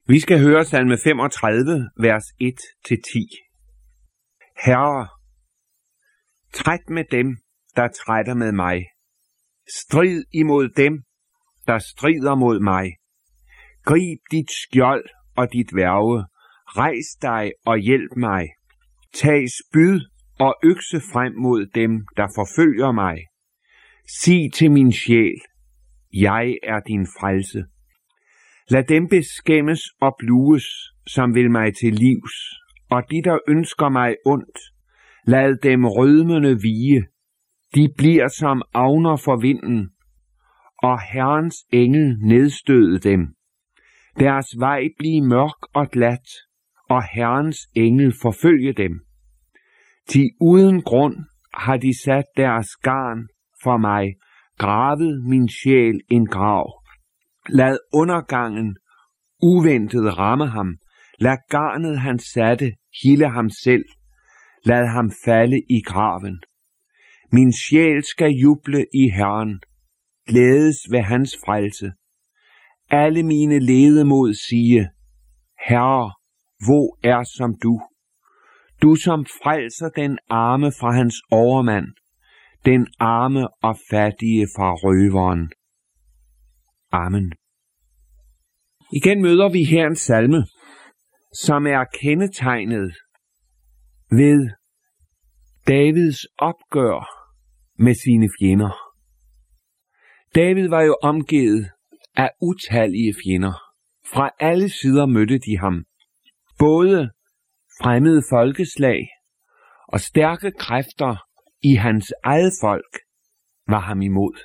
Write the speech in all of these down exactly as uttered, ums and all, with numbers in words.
Vi skal høre salme femogtredive, vers et til ti. Herre, træt med dem, der trætter med mig. Strid imod dem, der strider mod mig. Grib dit skjold og dit værge. Rejs dig og hjælp mig. Tag spyd og økse frem mod dem, der forfølger mig. Sig til min sjæl, jeg er din frelse. Lad dem beskæmmes og blues, som vil mig til livs, og de, der ønsker mig ondt, lad dem rødmende vige. De bliver som agner for vinden, og Herrens engel nedstøde dem. Deres vej bliver mørk og glat, og Herrens engel forfølge dem. Til uden grund har de sat deres garn for mig, gravet min sjæl en grav. Lad undergangen uventet ramme ham. Lad garnet han satte hilde ham selv. Lad ham falde i graven. Min sjæl skal juble i Herren, glædes ved hans frelse. Alle mine ledemod sige, Herre, hvor er som du? Du som frelser den arme fra hans overmand, den arme og fattige fra røveren. Amen. Igen møder vi her en salme, som er kendetegnet ved Davids opgør med sine fjender. David var jo omgivet af utallige fjender. Fra alle sider mødte de ham. Både fremmede folkeslag og stærke kræfter i hans eget folk var ham imod.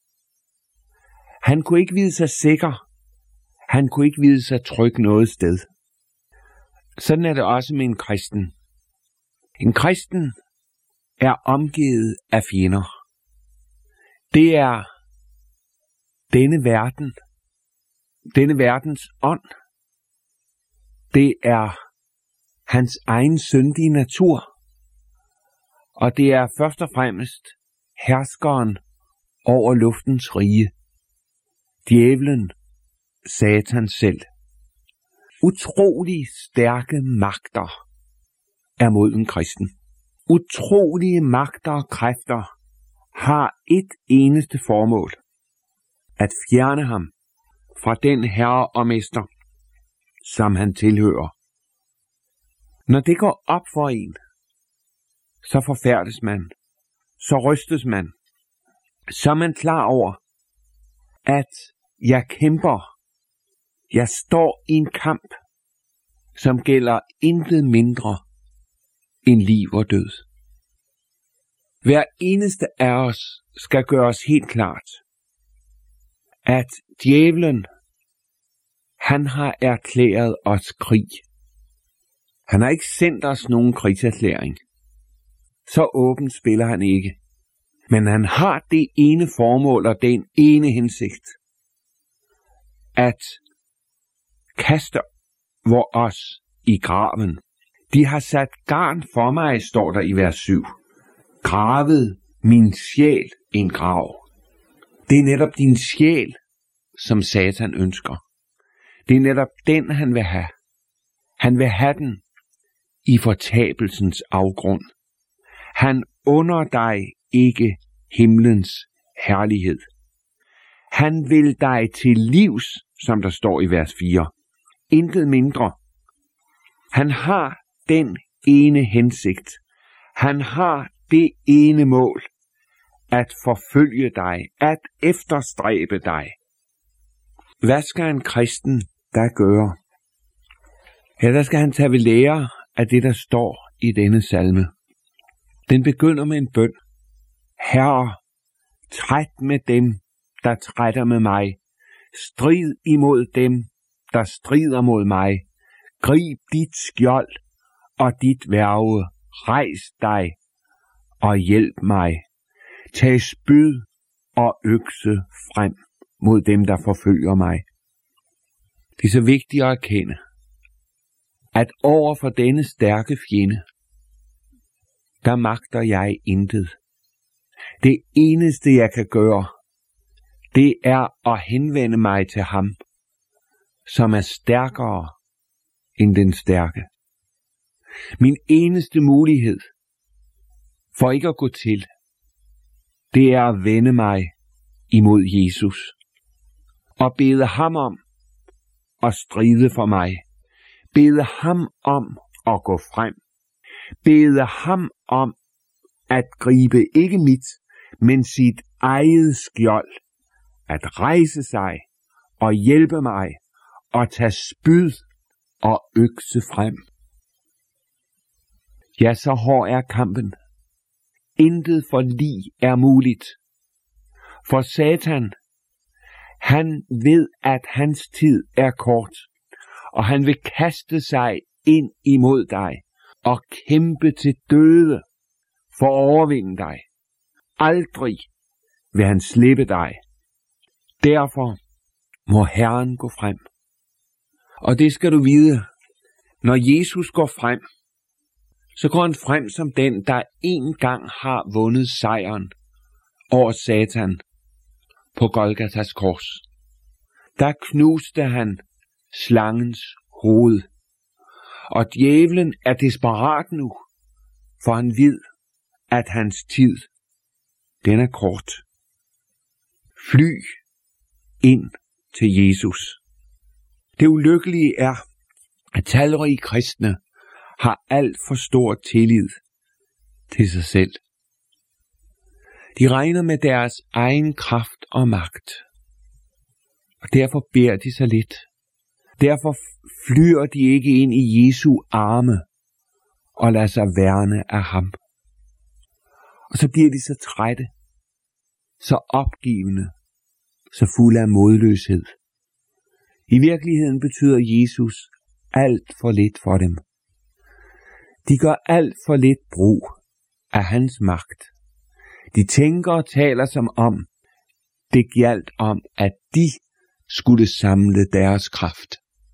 Han kunne ikke vide sig sikker. Han kunne ikke vide sig tryg noget sted. Sådan er det også med en kristen. En kristen er omgivet af fjender. Det er denne verden, denne verdens ånd. Det er hans egen syndige natur. Og det er først og fremmest herskeren over luftens rige. Djævlen, Satan selv. Utrolig stærke magter er mod en kristen. Utrolige magter og kræfter har et eneste formål. At fjerne ham fra den herre og mester, som han tilhører. Når det går op for en, så forfærdes man, så rystes man, så er man klar over, at jeg kæmper, jeg står i en kamp, som gælder intet mindre end liv og død. Hver eneste af os skal gøre os helt klart, at djævlen, han har erklæret os krig. Han har ikke sendt os nogen krigserklæring. Så åbent spiller han ikke. Men han har det ene formål og den ene hensigt. At kaste vor os i graven. De har sat garn for mig, står der i vers syv. Gravet min sjæl en grav. Det er netop din sjæl, som Satan ønsker. Det er netop den, han vil have. Han vil have den i fortabelsens afgrund. Han under dig ikke himlens herlighed. Han vil dig til livs, som der står i vers fire. Intet mindre. Han har den ene hensigt. Han har det ene mål. At forfølge dig. At efterstræbe dig. Hvad skal en kristen der gøre? Ja, der skal han tage ved lære af det, der står i denne salme. Den begynder med en bøn. Herre, træt med dem, der trætter med mig. Strid imod dem, der strider mod mig. Grib dit skjold og dit værge. Rejs dig og hjælp mig. Tag spyd og økse frem mod dem, der forfølger mig. Det er så vigtigt at erkende, at over for denne stærke fjende, der magter jeg intet. Det eneste, jeg kan gøre, det er at henvende mig til ham, som er stærkere end den stærke. Min eneste mulighed for ikke at gå til, det er at vende mig imod Jesus og bede ham om at stride for mig. Bede ham om at gå frem. Bede ham om at gribe ikke mit, men sit eget skjold. At rejse sig og hjælpe mig og tage spyd og økse frem. Ja, så hård er kampen. Intet forlig er muligt. For Satan, han ved, at hans tid er kort, og han vil kaste sig ind imod dig og kæmpe til døde for at overvinde dig. Aldrig vil han slippe dig. Derfor må Herren gå frem. Og det skal du vide, når Jesus går frem, så går han frem som den, der en gang har vundet sejren over Satan på Golgatas kors. Der knuste han slangens hoved. Og djævlen er desperat nu, for han ved, at hans tid, den er kort. Fly ind til Jesus. Det ulykkelige er, at talrige kristne har alt for stor tillid til sig selv. De regner med deres egen kraft og magt, og derfor beder de sig lidt. Derfor flyr de ikke ind i Jesu arme og lader sig værne af ham. Og så bliver de så trætte, så opgivende, så fulde af modløshed. I virkeligheden betyder Jesus alt for lidt for dem. De gør alt for lidt brug af hans magt. De tænker og taler som om, det gjaldt om, at de skulle samle deres kraft.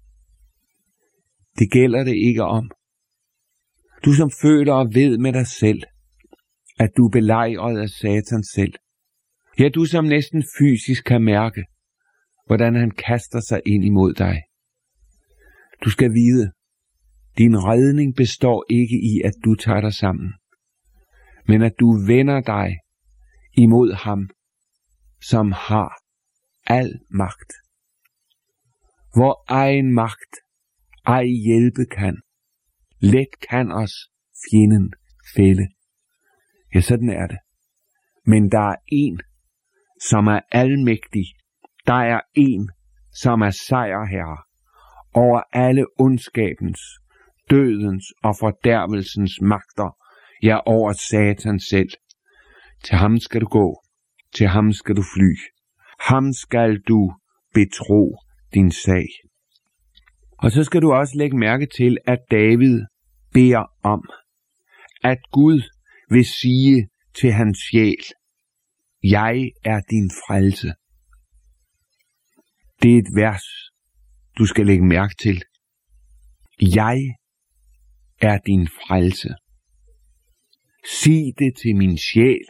Det gælder det ikke om. Du som føler og ved med dig selv, at du er belejret af Satan selv. Ja, du som næsten fysisk kan mærke, hvordan han kaster sig ind imod dig. Du skal vide, din redning består ikke i, at du tager dig sammen, men at du vender dig imod ham, som har al magt. Hvor egen magt ej hjælpe kan, let kan os fjenden fælde. Ja, sådan er det. Men der er en, som er almægtig. Der er en, som er sejrherre over alle ondskabens, dødens og fordærvelsens magter, ja, over Satan selv. Til ham skal du gå, til ham skal du fly. Ham skal du betro din sag. Og så skal du også lægge mærke til, at David beder om, at Gud vil sige til hans sjæl, jeg er din frelse. Det er et vers, du skal lægge mærke til. Jeg er din frelse. Sig det til min sjæl.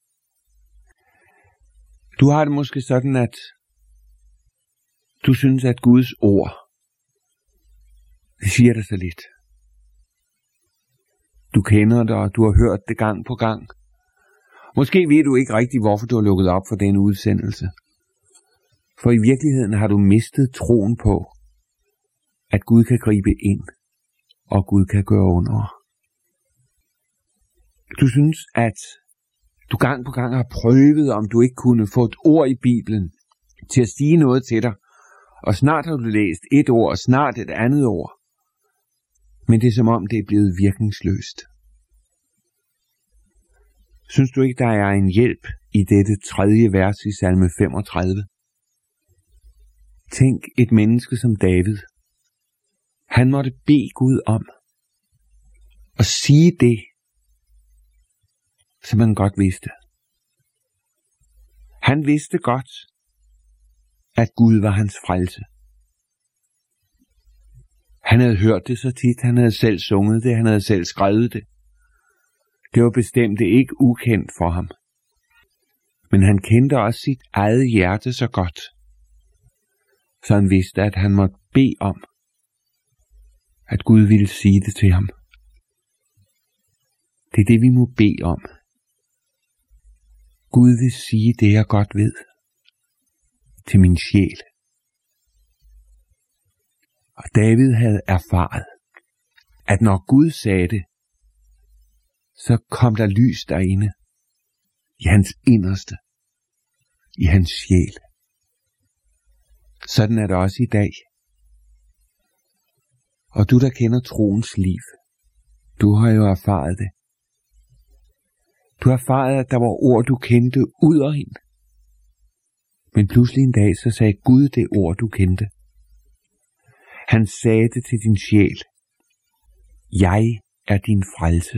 Du har det måske sådan, at du synes, at Guds ord, det siger dig så lidt. Du kender det, og du har hørt det gang på gang. Måske ved du ikke rigtigt, hvorfor du har lukket op for denne udsendelse. For i virkeligheden har du mistet troen på, at Gud kan gribe ind, og Gud kan gøre under. Du synes, at du gang på gang har prøvet, om du ikke kunne få et ord i Bibelen til at sige noget til dig, og snart har du læst et ord, og snart et andet ord. Men det er som om, det er blevet virkningsløst. Synes du ikke, der er en hjælp i dette tredje vers i salme femogtredive? Tænk et menneske som David. Han måtte bede Gud om at sige det, som han godt vidste. Han vidste godt, at Gud var hans frelse. Han havde hørt det så tit, han havde selv sunget det, han havde selv skrevet det. Det var bestemt ikke ukendt for ham. Men han kendte også sit eget hjerte så godt, så han vidste, at han måtte bede om, at Gud ville sige det til ham. Det er det, vi må bede om. Gud vil sige det, jeg godt ved, til min sjæl. Og David havde erfaret, at når Gud sagde det, så kom der lys derinde, i hans inderste, i hans sjæl. Sådan er det også i dag. Og du, der kender troens liv, du har jo erfaret det. Du har erfaret, at der var ord, du kendte ud og ind. Men pludselig en dag, så sagde Gud det ord, du kendte. Han sagde det til din sjæl. Jeg er din frelse.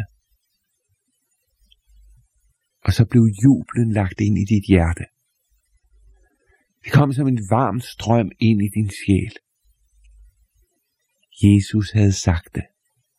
Og så blev jublen lagt ind i dit hjerte. Det kom som en varm strøm ind i din sjæl. Jesus havde sagt det.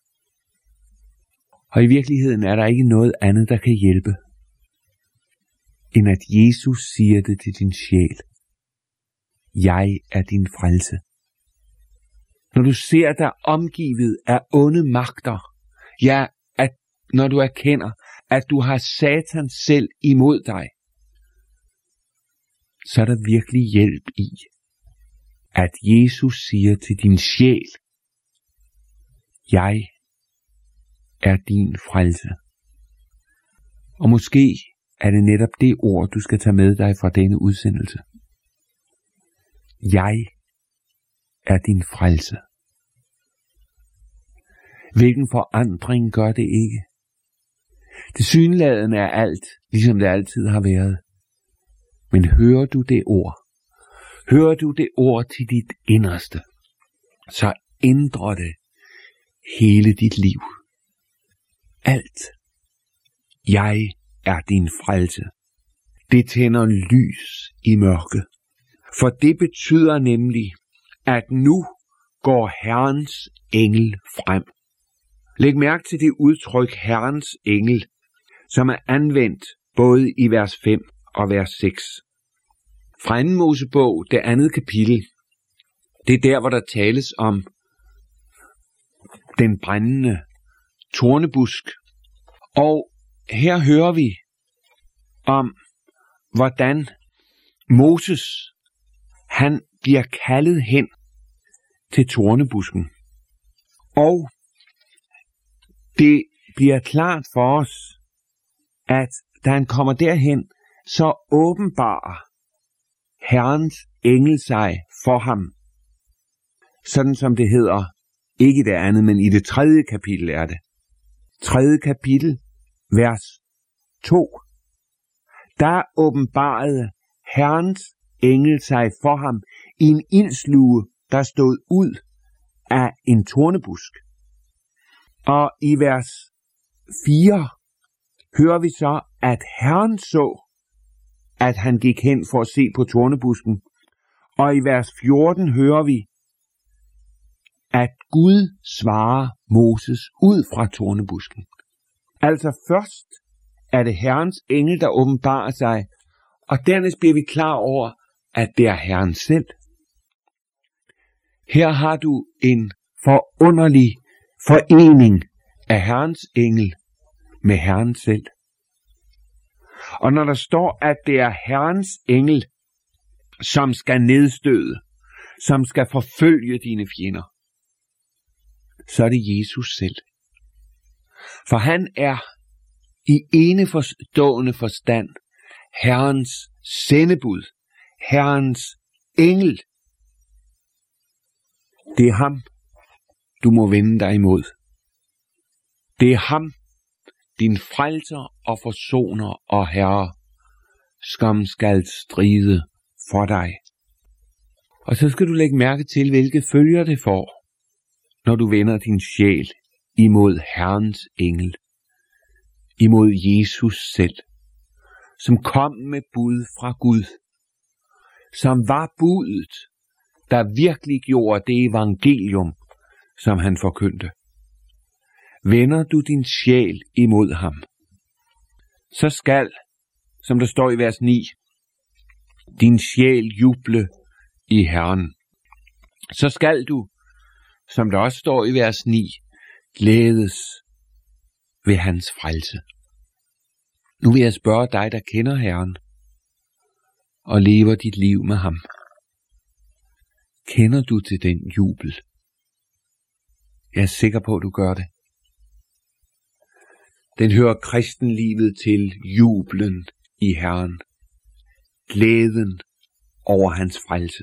Og i virkeligheden er der ikke noget andet, der kan hjælpe, end at Jesus siger det til din sjæl. Jeg er din frelse. Når du ser dig omgivet af onde magter, ja, at når du erkender, at du har Satan selv imod dig, så er der virkelig hjælp i, at Jesus siger til din sjæl, jeg er din frelse. Og måske er det netop det ord, du skal tage med dig fra denne udsendelse. Jeg er din frelse. Hvilken forandring gør det ikke? Tilsyneladende er alt, ligesom det altid har været. Men hører du det ord? Hører du det ord til dit inderste? Så ændrer det hele dit liv. Alt. Jeg er din frelse. Det tænder lys i mørke. For det betyder nemlig, at nu går Herrens engel frem. Læg mærke til det udtryk Herrens engel, som er anvendt både i vers fem og vers seks. Fra anden Mosebog, det andet kapitel, det er der, hvor der tales om den brændende tornebusk. Og her hører vi om, hvordan Moses, han bliver kaldet hen til tornebusken. Og det bliver klart for os, at da han kommer derhen, så åbenbarer Herrens engel sig for ham. Sådan som det hedder, ikke det andet, men i det tredje kapitel er det. Tredje kapitel, vers to. Der åbenbarede Herrens engel sig for ham i en ildslue, der stod ud af en tornebusk. Og i vers fire hører vi så, at Herren så, at han gik hen for at se på tornebusken. Og i vers fjorten hører vi, at Gud svarer Moses ud fra tornebusken. Altså først er det Herrens engel, der åbenbarer sig, og dernæst bliver vi klar over, at det er Herren selv. Her har du en forunderlig forening af Herrens engel med Herren selv. Og når der står, at det er Herrens engel, som skal nedstøde, som skal forfølge dine fjender, så er det Jesus selv. For han er i eneforstående forstand Herrens sendebud, Herrens engel. Det er ham, du må vende dig imod. Det er ham, din frelser og forsoner og herre, som skal stride for dig. Og så skal du lægge mærke til, hvilke følger det får, når du vender din sjæl imod Herrens engel, imod Jesus selv, som kom med bud fra Gud, som var budet, der virkelig gjorde det evangelium, som han forkyndte. Vender du din sjæl imod ham, så skal, som der står i vers ni, din sjæl juble i Herren. så skal du, som der også står i vers ni, glædes ved hans frelse. Nu vil jeg spørge dig, der kender Herren og lever dit liv med ham. Kender du til den jubel? Jeg er sikker på, at du gør det. Den hører kristenlivet til, jublen i Herren. Glæden over hans frelse.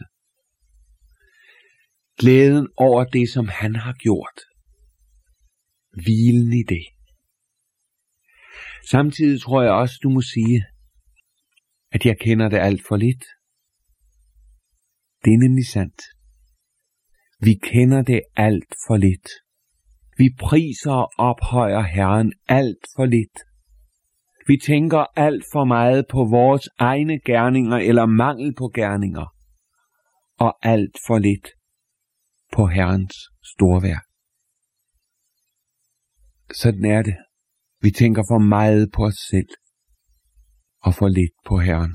Glæden over det, som han har gjort. Hvilen i det. Samtidig tror jeg også, du må sige, at jeg kender det alt for lidt. Det er nemlig sandt. Vi kender det alt for lidt. Vi priser og ophøjer Herren alt for lidt. Vi tænker alt for meget på vores egne gerninger eller mangel på gerninger, og alt for lidt på Herrens storværk. Sådan er det. Vi tænker for meget på os selv, og for lidt på Herren.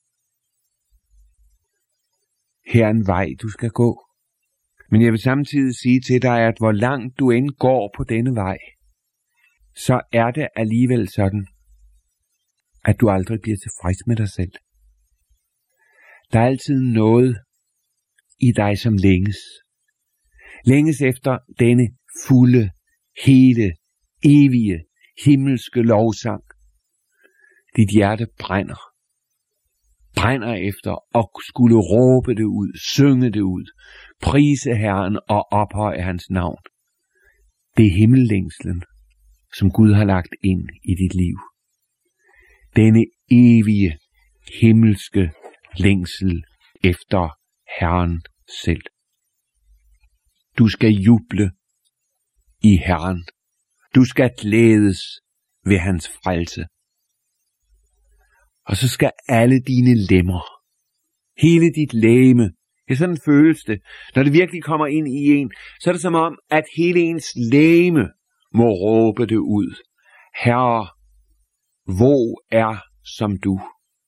Her er en vej, du skal gå. Men jeg vil samtidig sige til dig, at hvor langt du end går på denne vej, så er det alligevel sådan, at du aldrig bliver tilfreds med dig selv. Der er altid noget i dig, som længes. Længes efter denne fulde, hele, evige, himmelske lovsang. Dit hjerte brænder. Brænder efter at skulle råbe det ud, synge det ud, prise Herren og ophøje hans navn. Det er himmellængslen, som Gud har lagt ind i dit liv. Denne evige, himmelske længsel efter Herren selv. Du skal juble i Herren. Du skal glædes ved hans frelse. Og så skal alle dine lemmer, hele dit legeme, det er sådan føles det, når det virkelig kommer ind i en, så er det som om, at hele ens legeme må råbe det ud. Herre, hvor er som du?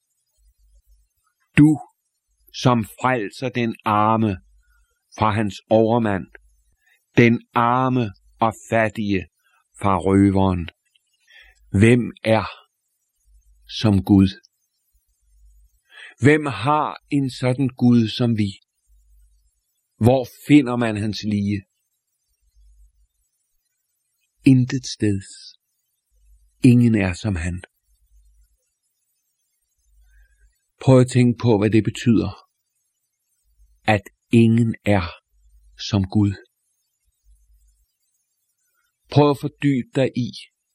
Du, som frelser den arme fra hans overmand, den arme og fattige fra røveren. Hvem er som Gud? Hvem har en sådan Gud som vi? Hvor finder man hans lige? Intet steds. Ingen er som han. Prøv at tænke på, hvad det betyder, at ingen er som Gud. Prøv at fordybe dig i,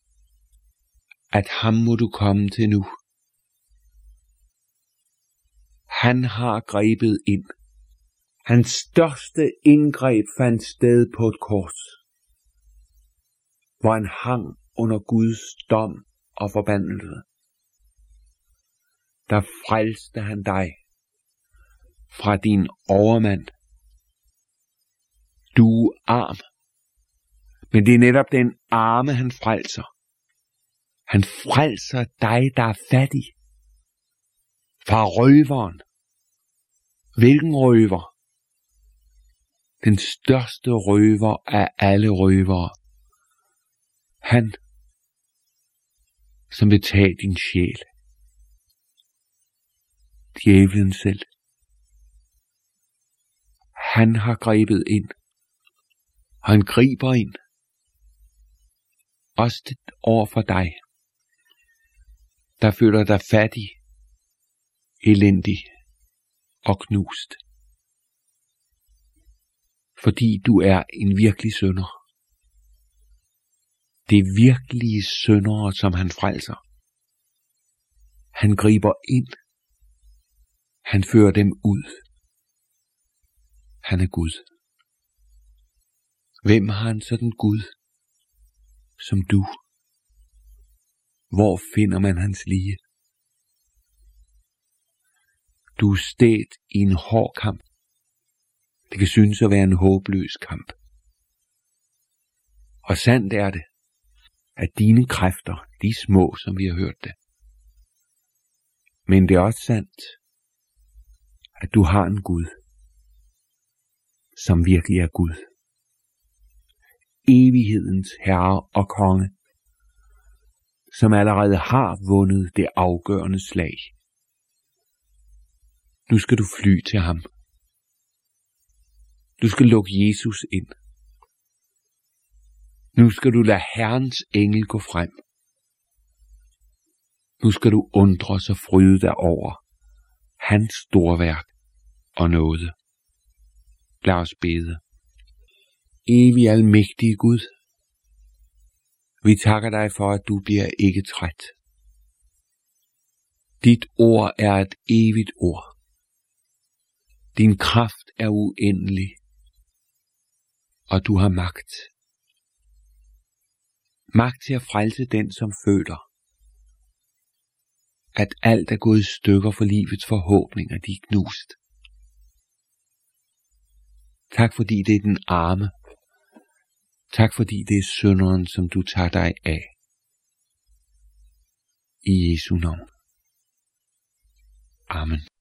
at ham må du komme til nu. Han har grebet ind. Hans største indgreb fandt sted på et kors, hvor han hang under Guds dom og forbandelse. Der frelste han dig fra din overmand. Du er arm, men det er netop den arme, han frelser. Han frelser dig, der er fattig, fra røveren. Hvilken røver? Den største røver af alle røvere. Han, som vil tage din sjæl. Djævlen selv. Han har grebet ind. Han griber ind. Også over for dig, der føler dig fattig, elendig og knust. Fordi du er en virkelig synder. Det er virkelige syndere, som han frelser. Han griber ind. Han fører dem ud. Han er Gud. Hvem har en sådan Gud som du? Hvor finder man hans lige? Du er stedt i en hård kamp. Det kan synes at være en håbløs kamp. Og sandt er det, at dine kræfter, de er små, som vi har hørt det. Men det er også sandt, at du har en Gud, som virkelig er Gud. Evighedens herre og konge, som allerede har vundet det afgørende slag. Nu skal du fly til ham. Du skal lukke Jesus ind. Nu skal du lade Herrens engel gå frem. Nu skal du undres og fryde dig over hans storværk og nåde. Lad os bede. Evig almægtige Gud, vi takker dig for, at du bliver ikke træt. Dit ord er et evigt ord. Din kraft er uendelig, og du har magt. Magt til at frelse den, som føler, at alt er gået i stykker for livets forhåbninger, de er knust. Tak fordi det er den arme. Tak fordi det er synderen, som du tager dig af. I Jesu navn. Amen.